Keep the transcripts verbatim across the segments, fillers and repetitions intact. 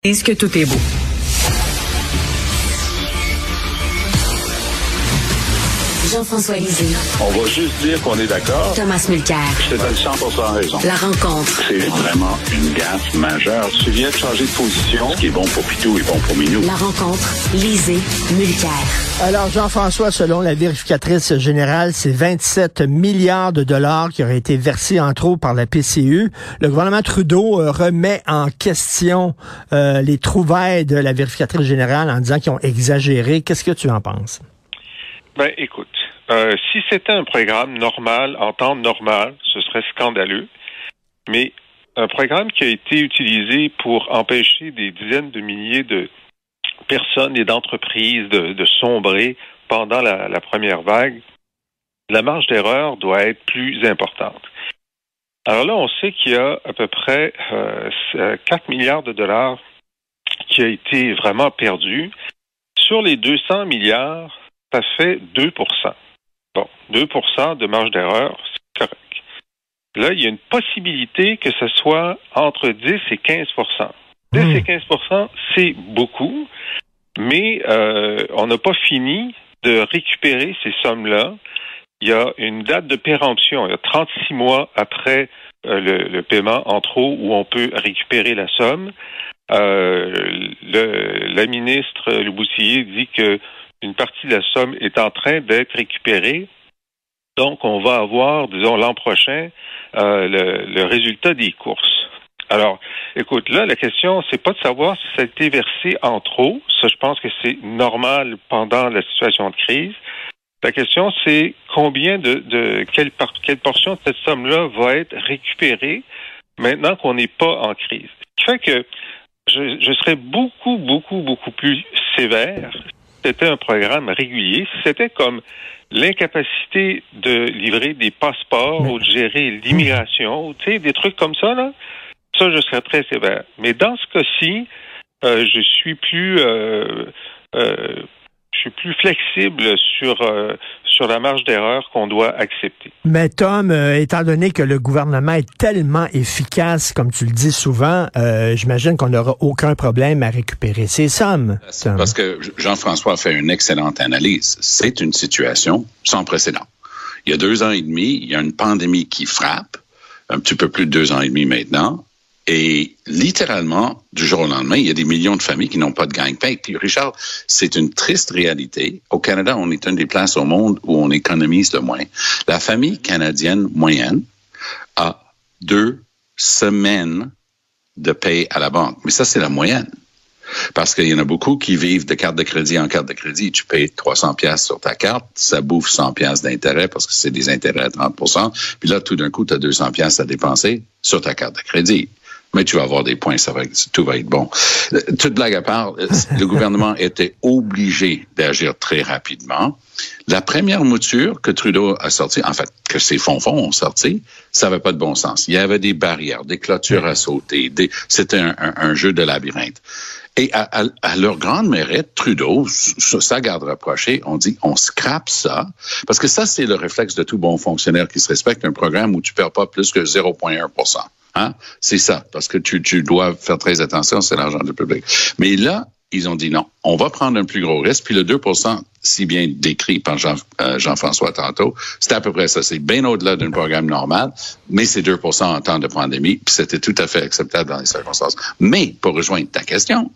Est-ce que tout est beau? Jean-François Lisée. On va juste dire qu'on est d'accord. Thomas Mulcair. Je te donne cent pour cent raison. La rencontre. C'est vraiment une gaffe majeure. Tu viens de changer de position. Ce qui est bon pour Pitou est bon pour Minou. La rencontre. Lisée. Mulcair. Alors, Jean-François, selon la vérificatrice générale, c'est vingt-sept milliards de dollars qui auraient été versés, entre autres, par la P C U. Le gouvernement Trudeau euh, remet en question euh, les trouvailles de la vérificatrice générale en disant qu'ils ont exagéré. Qu'est-ce que tu en penses? Ben, écoute, euh, si c'était un programme normal, en temps normal, ce serait scandaleux. Mais un programme qui a été utilisé pour empêcher des dizaines de milliers de personnes et d'entreprises de, de sombrer pendant la, la première vague, la marge d'erreur doit être plus importante. Alors là, on sait qu'il y a à peu près euh, quatre milliards de dollars qui a été vraiment perdu. Sur les deux cents milliards, ça fait deux pour cent. Bon, deux pour cent de marge d'erreur, c'est correct. Là, il y a une possibilité que ce soit entre dix et quinze pour cent. dix mmh. et quinze pour cent, c'est beaucoup, mais euh, on n'a pas fini de récupérer ces sommes-là. Il y a une date de péremption. Il y a trente-six mois après euh, le, le paiement en trop où on peut récupérer la somme. Euh, le, la ministre Le Boutillier dit que une partie de la somme est en train d'être récupérée. Donc, on va avoir, disons, l'an prochain, euh, le, le résultat des courses. Alors, écoute, là, la question, c'est pas de savoir si ça a été versé en trop. Ça, je pense que c'est normal pendant la situation de crise. La question, c'est combien de, de quelle, par, quelle portion de cette somme-là va être récupérée maintenant qu'on n'est pas en crise. Ce qui fait que je, je serais beaucoup, beaucoup, beaucoup plus sévère si c'était un programme régulier, si c'était comme l'incapacité de livrer des passeports ou de gérer l'immigration, tu sais, des trucs comme ça, là, ça, je serais très sévère. Mais dans ce cas-ci, euh, je suis plus euh, euh, je suis plus flexible sur euh, sur la marge d'erreur qu'on doit accepter. Mais Tom, euh, étant donné que le gouvernement est tellement efficace, comme tu le dis souvent, euh, j'imagine qu'on n'aura aucun problème à récupérer ces sommes. Tom. Parce que Jean-François a fait une excellente analyse. C'est une situation sans précédent. Il y a deux ans et demi, il y a une pandémie qui frappe, un petit peu plus de deux ans et demi maintenant. Et littéralement, du jour au lendemain, il y a des millions de familles qui n'ont pas de gagne-pain. Puis Richard, c'est une triste réalité. Au Canada, on est une des places au monde où on économise le moins. La famille canadienne moyenne a deux semaines de paye à la banque. Mais ça, c'est la moyenne. Parce qu'il y en a beaucoup qui vivent de carte de crédit en carte de crédit. Tu payes trois cents piastres sur ta carte, ça bouffe cent piastres d'intérêt parce que c'est des intérêts à trente pour cent. Puis là, tout d'un coup, tu as deux cents piastres à dépenser sur ta carte de crédit. Mais tu vas avoir des points, ça va, tout va être bon. Toute blague à part, le gouvernement était obligé d'agir très rapidement. La première mouture que Trudeau a sortie, en fait, que ses fonds-fonds ont sorti, ça n'avait pas de bon sens. Il y avait des barrières, des clôtures à sauter, des, c'était un, un, un jeu de labyrinthe. Et à, à, à leur grande mérite, Trudeau, sa garde rapprochée, on dit, on scrape ça, parce que ça, c'est le réflexe de tout bon fonctionnaire qui se respecte, un programme où tu perds pas plus que zéro virgule un pour cent. Hein? C'est ça, parce que tu, tu dois faire très attention, c'est l'argent du public. Mais là, ils ont dit non, on va prendre un plus gros risque, puis le deux pour cent, si bien décrit par Jean, euh, Jean-François tantôt, c'est à peu près ça. C'est bien au-delà d'un programme normal, mais c'est deux pour cent en temps de pandémie, puis c'était tout à fait acceptable dans les circonstances. Mais, pour rejoindre ta question,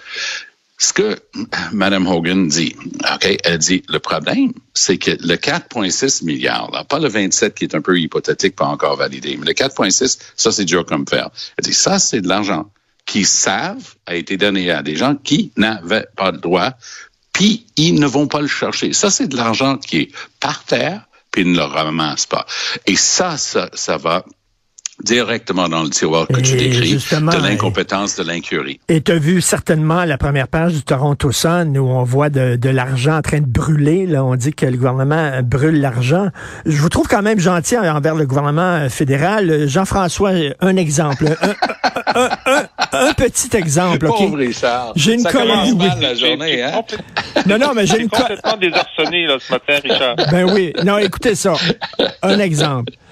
ce que Mme Hogan dit, OK, elle dit, le problème, c'est que le quatre virgule six milliards, là, pas le vingt-sept qui est un peu hypothétique, pas encore validé, mais le quatre virgule six, ça, c'est dur comme fer. Elle dit, ça, c'est de l'argent qui savent a été donné à des gens qui n'avaient pas le droit, puis ils ne vont pas le chercher. Ça, c'est de l'argent qui est par terre, puis ils ne le ramassent pas. Et ça, ça, ça va directement dans le tiroir que et tu décris, de l'incompétence, de l'incurie. Et tu as vu certainement la première page du Toronto Sun où on voit de, de l'argent en train de brûler. Là, on dit que le gouvernement brûle l'argent. Je vous trouve quand même gentil envers le gouvernement fédéral. Jean-François, un exemple. un, un, un, un petit exemple. Okay? Pauvre Richard. J'ai une ça collègue. commence mal la journée, hein? Non, non, mais j'ai une complètement désarçonné là, ce matin, Richard. Ben oui. Non, écoutez ça. Un exemple.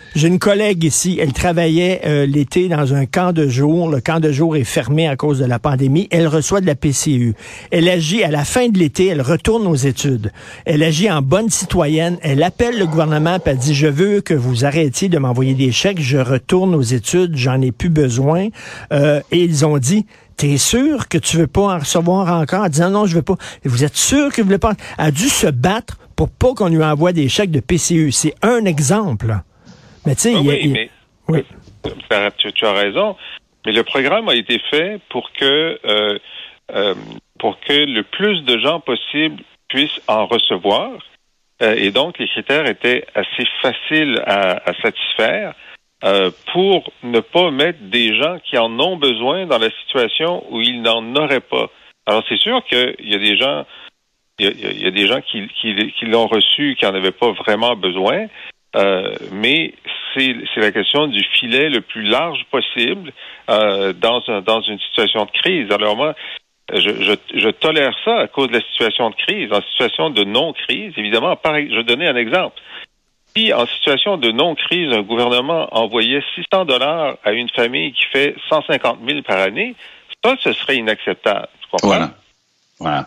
J'ai une collègue ici, elle travaillait euh, l'été dans un camp de jour. Le camp de jour est fermé à cause de la pandémie. Elle reçoit de la P C U. Elle agit à la fin de l'été, elle retourne aux études. Elle agit en bonne citoyenne. Elle appelle le gouvernement et elle dit, je veux que vous arrêtiez de m'envoyer des chèques. Je retourne aux études, j'en ai plus besoin. Euh, et ils ont dit, t'es sûr que tu veux pas en recevoir encore? Elle dit, non, non, je veux pas. Vous êtes sûr que vous voulez pas? Elle a dû se battre pour pas qu'on lui envoie des chèques de P C U. C'est un exemple. Mais tu sais, oh, il y a... oui, mais oui. Tu, tu as raison. Mais le programme a été fait pour que euh, euh, pour que le plus de gens possible puissent en recevoir. Euh, et donc, les critères étaient assez faciles à, à satisfaire euh, pour ne pas mettre des gens qui en ont besoin dans la situation où ils n'en auraient pas. Alors, c'est sûr qu'il y a des gens, il y a, il y a des gens qui, qui, qui l'ont reçu, qui n'en avaient pas vraiment besoin, euh, mais c'est, c'est la question du filet le plus large possible euh, dans, un, dans une situation de crise. Alors moi, je, je, je tolère ça à cause de la situation de crise. En situation de non-crise, évidemment, pareil, je donnais un exemple. Si en situation de non-crise, un gouvernement envoyait six cents dollars à une famille qui fait cent cinquante mille par année, ça, ce serait inacceptable. Tu comprends? Voilà. Voilà.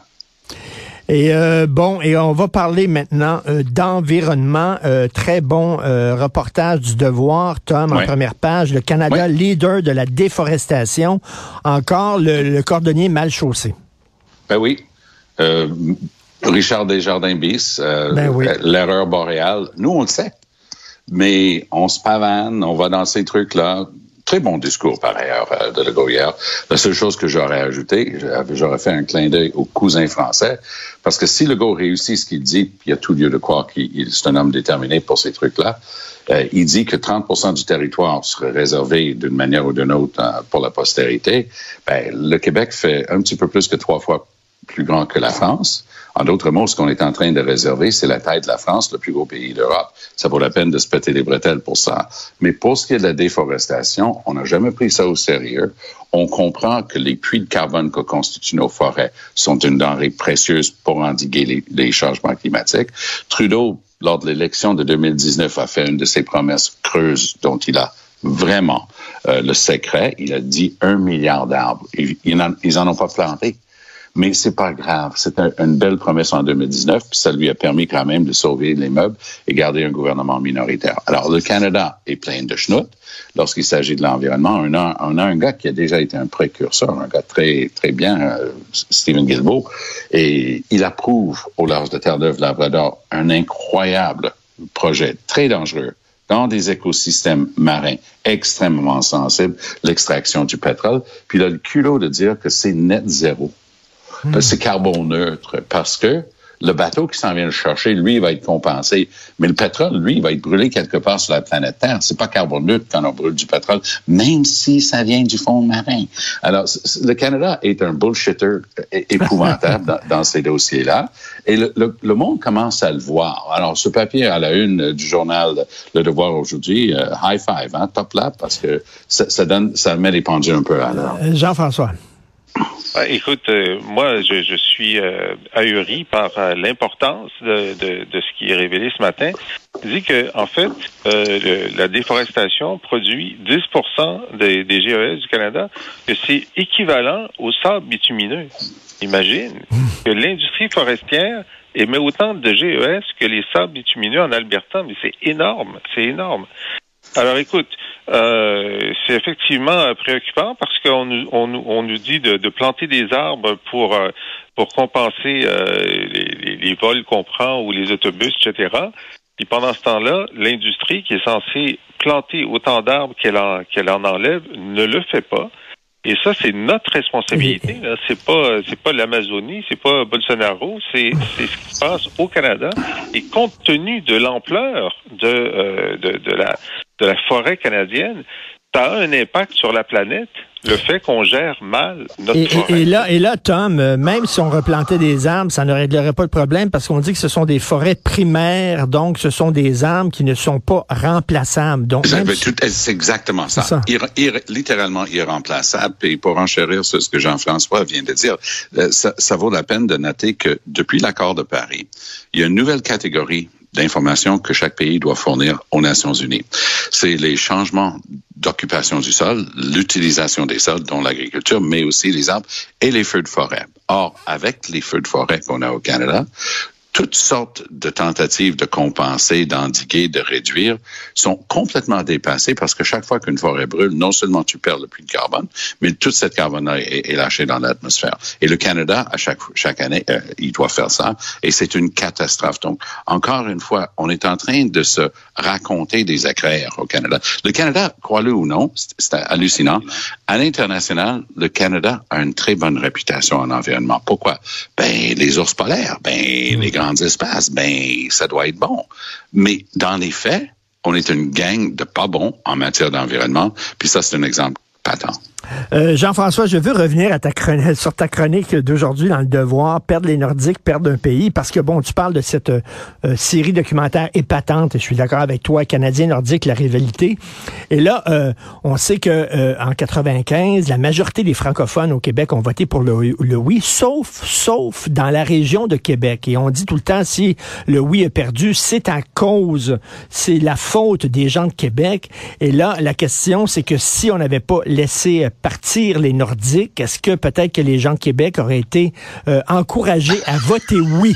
Et euh, bon, et on va parler maintenant euh, d'environnement. Euh, très bon euh, reportage du Devoir, Tom, en ouais. première page. Le Canada, ouais. leader de la déforestation. Encore le, le cordonnier mal chaussé. Ben oui. Euh, Richard Desjardins-Bis, euh, ben oui. l'erreur boréale. Nous, on le sait. Mais on se pavane, on va dans ces trucs-là. Très bon discours, par ailleurs, de Legault hier. La seule chose que j'aurais ajouté, j'aurais fait un clin d'œil aux cousins français, parce que si Legault réussit ce qu'il dit, puis il y a tout lieu de croire qu'il c'est un homme déterminé pour ces trucs-là, euh, il dit que trente pour cent du territoire serait réservé d'une manière ou d'une autre euh, pour la postérité. Ben, le Québec fait un petit peu plus que trois fois plus grand que la France. En d'autres mots, ce qu'on est en train de réserver, c'est la taille de la France, le plus gros pays d'Europe. Ça vaut la peine de se péter les bretelles pour ça. Mais pour ce qui est de la déforestation, on n'a jamais pris ça au sérieux. On comprend que les puits de carbone que constituent nos forêts sont une denrée précieuse pour endiguer les, les changements climatiques. Trudeau, lors de l'élection de deux mille dix-neuf, a fait une de ses promesses creuses dont il a vraiment euh, le secret. Il a dit un milliard d'arbres. Ils, ils, en, ils en ont pas planté. Mais c'est pas grave. C'est un, une belle promesse en deux mille dix-neuf, puis ça lui a permis quand même de sauver les meubles et garder un gouvernement minoritaire. Alors, le Canada est plein de schnout lorsqu'il s'agit de l'environnement. On a, on a un gars qui a déjà été un précurseur, un gars très, très bien, euh, Stephen Guilbeault, et il approuve au large de Terre-Neuve-Labrador un incroyable projet, très dangereux, dans des écosystèmes marins extrêmement sensibles, l'extraction du pétrole, puis il a le culot de dire que c'est net zéro. Mmh. C'est carbone neutre parce que le bateau qui s'en vient le chercher, lui, il va être compensé. Mais le pétrole, lui, il va être brûlé quelque part sur la planète Terre. C'est pas carbone neutre quand on brûle du pétrole, même si ça vient du fond marin. Alors, le Canada est un bullshitter épouvantable dans, dans ces dossiers-là. Et le, le, le monde commence à le voir. Alors, ce papier à la une du journal Le Devoir aujourd'hui, euh, high five, hein, top lap, parce que ça, ça donne, ça met les pendules un peu à l'heure. Jean-François. Écoute, euh, moi, je, je suis euh, ahuri par euh, l'importance de, de, de ce qui est révélé ce matin. Il dit que, en fait, euh, le, la déforestation produit dix pour cent des, des G E S du Canada, que c'est équivalent au sable bitumineux. Imagine que l'industrie forestière émet autant de G E S que les sables bitumineux en Alberta, mais c'est énorme, c'est énorme. Alors, écoute, euh, c'est effectivement préoccupant parce qu'on nous, on, on nous dit de, de planter des arbres pour euh, pour compenser euh, les, les, les vols qu'on prend ou les autobus, et cetera. Puis pendant ce temps-là, l'industrie qui est censée planter autant d'arbres qu'elle en, qu'elle en enlève ne le fait pas. Et ça, c'est notre responsabilité. Là. C'est pas, c'est pas l'Amazonie, c'est pas Bolsonaro, c'est, c'est ce qui se passe au Canada. Et compte tenu de l'ampleur de, euh, de, de la, de la forêt canadienne, ça a un impact sur la planète. Le fait qu'on gère mal notre et, forêt. Et, et là, et là, Tom, euh, même si on replantait des arbres, ça ne réglerait pas le problème parce qu'on dit que ce sont des forêts primaires, donc ce sont des arbres qui ne sont pas remplaçables. Donc, ça, si... tout, c'est exactement ça. ça. Ir, ir, littéralement irremplaçable. Et pour enchérir sur ce que Jean-François vient de dire, euh, ça, ça vaut la peine de noter que depuis l'accord de Paris, il y a une nouvelle catégorie d'informations que chaque pays doit fournir aux Nations unies. C'est les changements d'occupation du sol, l'utilisation des sols, dont l'agriculture, mais aussi les arbres et les feux de forêt. Or, avec les feux de forêt qu'on a au Canada, toutes sortes de tentatives de compenser, d'endiguer, de réduire sont complètement dépassées parce que chaque fois qu'une forêt brûle, non seulement tu perds le puits de carbone, mais toute cette carbone-là est, est lâchée dans l'atmosphère. Et le Canada, à chaque, chaque année, euh, il doit faire ça et c'est une catastrophe. Donc, encore une fois, on est en train de se raconter des éclairs au Canada. Le Canada, crois-le ou non, c'est, c'est hallucinant. À l'international, le Canada a une très bonne réputation en environnement. Pourquoi? Ben, les ours polaires, ben, les grands espaces, ben, ça doit être bon. Mais dans les faits, on est une gang de pas bons en matière d'environnement. Puis ça, c'est un exemple patent. Euh, Jean-François, je veux revenir à ta chronique, sur ta chronique d'aujourd'hui dans Le Devoir, perdre les Nordiques, perdre un pays, parce que bon, tu parles de cette euh, série documentaire épatante, et je suis d'accord avec toi, Canadien-Nordique, la rivalité. Et là, euh, on sait que euh, en quatre-vingt-quinze, la majorité des francophones au Québec ont voté pour le, le oui, sauf, sauf dans la région de Québec. Et on dit tout le temps, si le oui est perdu, c'est à cause, c'est la faute des gens de Québec. Et là, la question, c'est que si on n'avait pas laissé partir les Nordiques, est-ce que peut-être que les gens de Québec auraient été euh, encouragés à voter oui?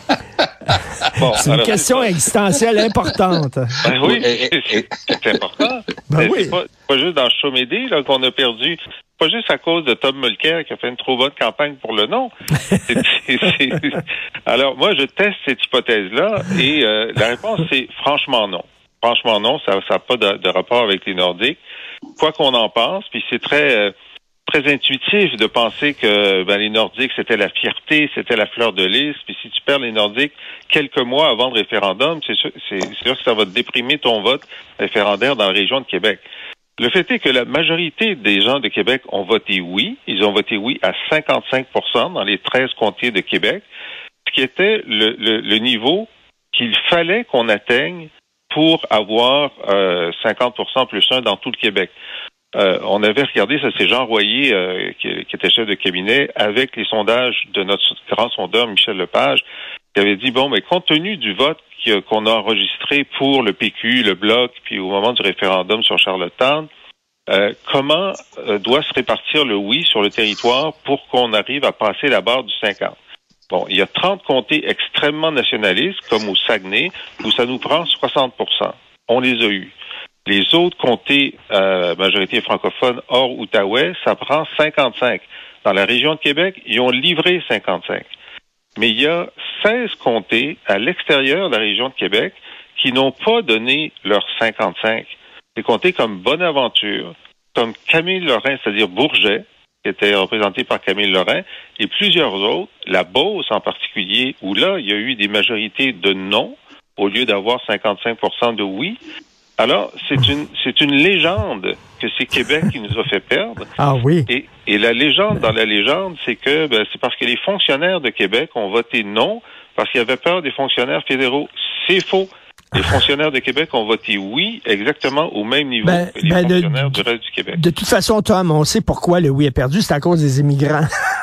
Bon, c'est une alors, question c'est existentielle importante. Ben oui, c'est, c'est important. Ben oui. C'est pas, pas juste dans Chaumédé là, qu'on a perdu. C'est pas juste à cause de Tom Mulcair qui a fait une trop bonne campagne pour le non. c'est, c'est, c'est... Alors, moi, je teste cette hypothèse-là et euh, la réponse, c'est franchement non. Franchement non, ça n'a pas de, de rapport avec les Nordiques. Quoi qu'on en pense, puis c'est très euh, très intuitif de penser que ben, les Nordiques, c'était la fierté, c'était la fleur de lys, puis si tu perds les Nordiques quelques mois avant le référendum, c'est sûr, c'est, c'est sûr que ça va déprimer ton vote référendaire dans la région de Québec. Le fait est que la majorité des gens de Québec ont voté oui. Ils ont voté oui à cinquante-cinq pour cent dans les treize comtés de Québec, ce qui était le, le, le niveau qu'il fallait qu'on atteigne pour avoir euh, cinquante pour cent plus un dans tout le Québec. Euh, on avait regardé, ça c'est Jean Royer, euh, qui, qui était chef de cabinet, avec les sondages de notre grand sondeur Michel Lepage, qui avait dit, bon, mais compte tenu du vote qui, qu'on a enregistré pour le P Q, le Bloc, puis au moment du référendum sur Charlottetown, euh, comment euh, doit se répartir le oui sur le territoire pour qu'on arrive à passer la barre du cinquante? Bon, il y a trente comtés extrêmement nationalistes, comme au Saguenay, où ça nous prend soixante pour cent. On les a eus. Les autres comtés, euh, majorité francophone, hors Outaouais, ça prend cinquante-cinq. Dans la région de Québec, ils ont livré cinquante-cinq. Mais il y a seize comtés à l'extérieur de la région de Québec qui n'ont pas donné leurs cinquante-cinq. Des comtés comme Bonaventure, comme Camille-Lorrain, c'est-à-dire Bourget, qui était représenté par Camille Lorrain, et plusieurs autres, la Beauce en particulier, où là, il y a eu des majorités de non, au lieu d'avoir cinquante-cinq pour cent de oui. Alors, c'est une c'est une légende que c'est Québec qui nous a fait perdre. Ah oui. Et, et la légende dans la légende, c'est que ben, c'est parce que les fonctionnaires de Québec ont voté non, parce qu'ils avaient peur des fonctionnaires fédéraux. C'est faux. Les fonctionnaires de Québec ont voté oui, exactement au même niveau ben, que les ben fonctionnaires de, du reste du Québec. De toute façon, Tom, on sait pourquoi le oui est perdu, c'est à cause des immigrants.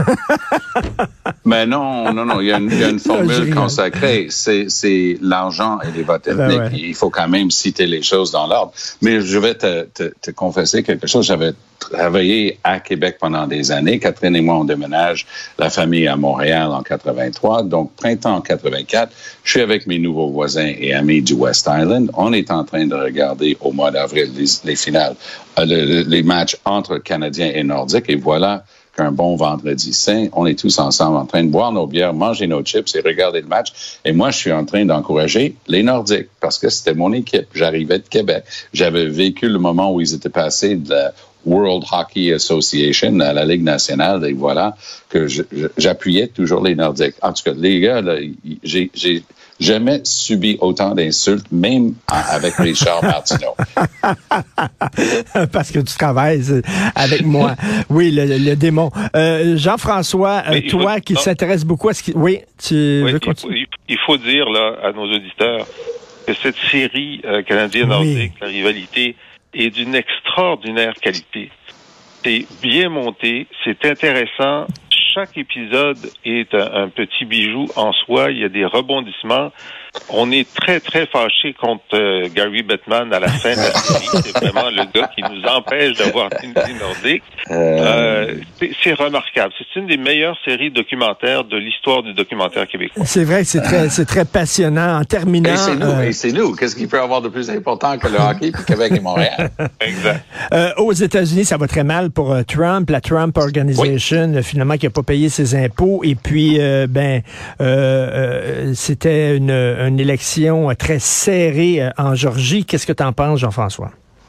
Mais non, non, non, il y a une, il y a une formule consacrée, c'est, c'est l'argent et les votes ethniques. Ben ouais. Il faut quand même citer les choses dans l'ordre. Mais je vais te, te, te confesser quelque chose. J'avais travaillé à Québec pendant des années. Catherine et moi, on déménage la famille à Montréal en quatre-vingt-trois. Donc, printemps quatre-vingt-quatre, je suis avec mes nouveaux voisins et amis du West Island. On est en train de regarder au mois d'avril les, les finales, euh, le, les matchs entre Canadiens et Nordiques. Et voilà qu'un bon vendredi saint, on est tous ensemble en train de boire nos bières, manger nos chips et regarder le match. Et moi, je suis en train d'encourager les Nordiques parce que c'était mon équipe. J'arrivais de Québec. J'avais vécu le moment où ils étaient passés de la World Hockey Association à la Ligue nationale. Et voilà que je, je, j'appuyais toujours les Nordiques. En tout cas, les gars, là, j'ai... j'ai jamais subi autant d'insultes, même avec Richard Martineau. Parce que tu travailles avec moi. Oui, le, le démon. Euh, Jean-François, euh, toi faut, qui non. s'intéresse beaucoup à ce qui... Oui, tu oui, veux continuer? Il faut, il faut dire là à nos auditeurs que cette série euh, canadien-nordique, oui. La rivalité, est d'une extraordinaire qualité. C'est bien monté, c'est intéressant. Chaque épisode est un, un petit bijou en soi. Il y a des rebondissements. on est très, très fâchés contre euh, Gary Bettman à la fin de la série. C'est vraiment le gars qui nous empêche d'avoir Trinity Nordic. Euh, c'est, c'est remarquable. C'est une des meilleures séries documentaires de l'histoire du documentaire québécois. C'est vrai que c'est très, c'est très passionnant. En terminant... Et c'est nous, euh... et c'est nous. Qu'est-ce qu'il peut y avoir de plus important que le hockey, puis Québec et Montréal? Exact. Euh, aux États-Unis, ça va très mal pour euh, Trump, la Trump Organization, oui. finalement, qui n'a pas payé ses impôts. Et puis, euh, ben, euh, euh, c'était une, une élection très serrée euh, en Georgie. Qu'est-ce que tu en penses, Jean-François?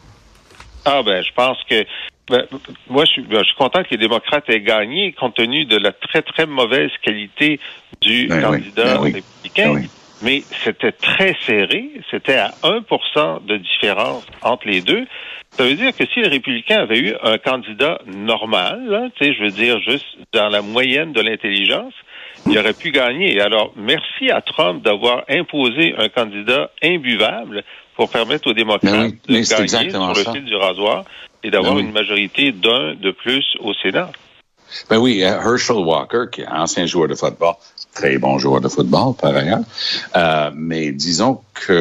Ah ben, je pense que ben, moi, je suis, ben, je suis content que les démocrates aient gagné, compte tenu de la très très mauvaise qualité du ben candidat oui, ben républicain. Ben oui. Mais c'était très serré. C'était à un pour cent de différence entre les deux. Ça veut dire que si les républicains avaient eu un candidat normal, là, tu sais, je veux dire juste dans la moyenne de l'intelligence, il aurait pu gagner. Alors, merci à Trump d'avoir imposé un candidat imbuvable pour permettre aux démocrates oui, de gagner sur le ça. fil du rasoir et d'avoir ben oui. une majorité d'un de plus au Sénat. Ben oui, Herschel Walker, qui est ancien joueur de football, très bon joueur de football par ailleurs, euh, mais disons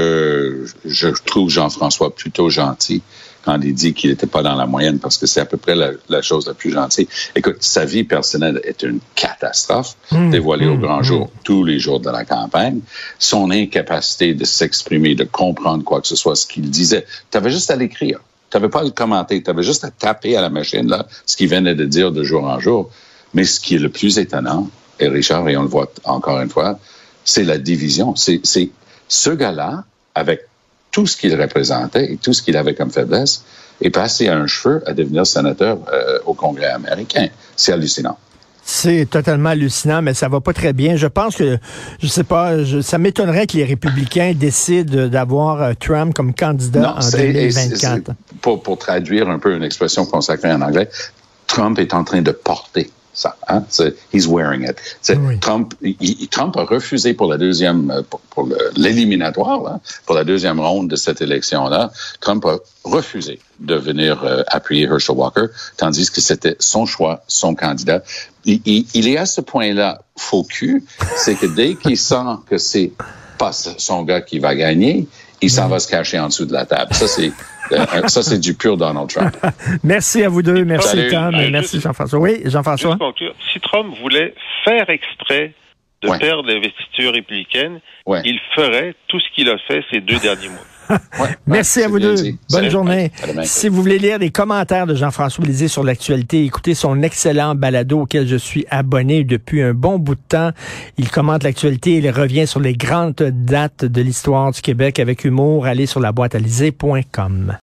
que je trouve Jean-François plutôt gentil quand il dit qu'il n'était pas dans la moyenne, parce que c'est à peu près la, la chose la plus gentille. Écoute, sa vie personnelle est une catastrophe, mmh, dévoilée mmh, au grand mmh. jour, tous les jours de la campagne. Son incapacité de s'exprimer, de comprendre quoi que ce soit, ce qu'il disait. Tu avais juste à l'écrire. Tu n'avais pas à le commenter. Tu avais juste à taper à la machine, là, ce qu'il venait de dire de jour en jour. Mais ce qui est le plus étonnant, et Richard, et on le voit encore une fois, c'est la division. C'est, c'est ce gars-là, avec tout ce qu'il représentait et tout ce qu'il avait comme faiblesse, est passé à un cheveu à devenir sénateur euh, au Congrès américain. C'est hallucinant. C'est totalement hallucinant, mais ça va pas très bien. Je pense que, je sais pas, je, ça m'étonnerait que les républicains décident d'avoir euh, Trump comme candidat non, en deux mille vingt-quatre. Pour, pour traduire un peu une expression consacrée en anglais, Trump est en train de porter ça, hein? C'est, he's wearing it. C'est, oui. Trump, il, Trump a refusé pour la deuxième, pour, pour le, l'éliminatoire, là, pour la deuxième ronde de cette élection-là. Trump a refusé de venir euh, appuyer Herschel Walker, tandis que c'était son choix, son candidat. Il, il, il est à ce point-là faux cul, c'est que dès qu'il sent que c'est pas son gars qui va gagner, il s'en va se cacher en dessous de la table. Ça, c'est euh, ça, c'est du pur Donald Trump. Merci à vous deux. Merci, Salut. Tom. Euh, merci, juste, Jean-François. Oui, Jean-François. Si Trump voulait faire exprès de ouais. perdre l'investiture républicaine, ouais. il ferait tout ce qu'il a fait ces deux derniers mois. Ouais, Merci ouais, à vous deux. Dit. Bonne Salut. journée. Salut. Si vous voulez lire des commentaires de Jean-François Lisée sur l'actualité, écoutez son excellent balado auquel je suis abonné depuis un bon bout de temps. Il commente l'actualité, il revient sur les grandes dates de l'histoire du Québec avec humour. Allez sur la boîte à lisée point com.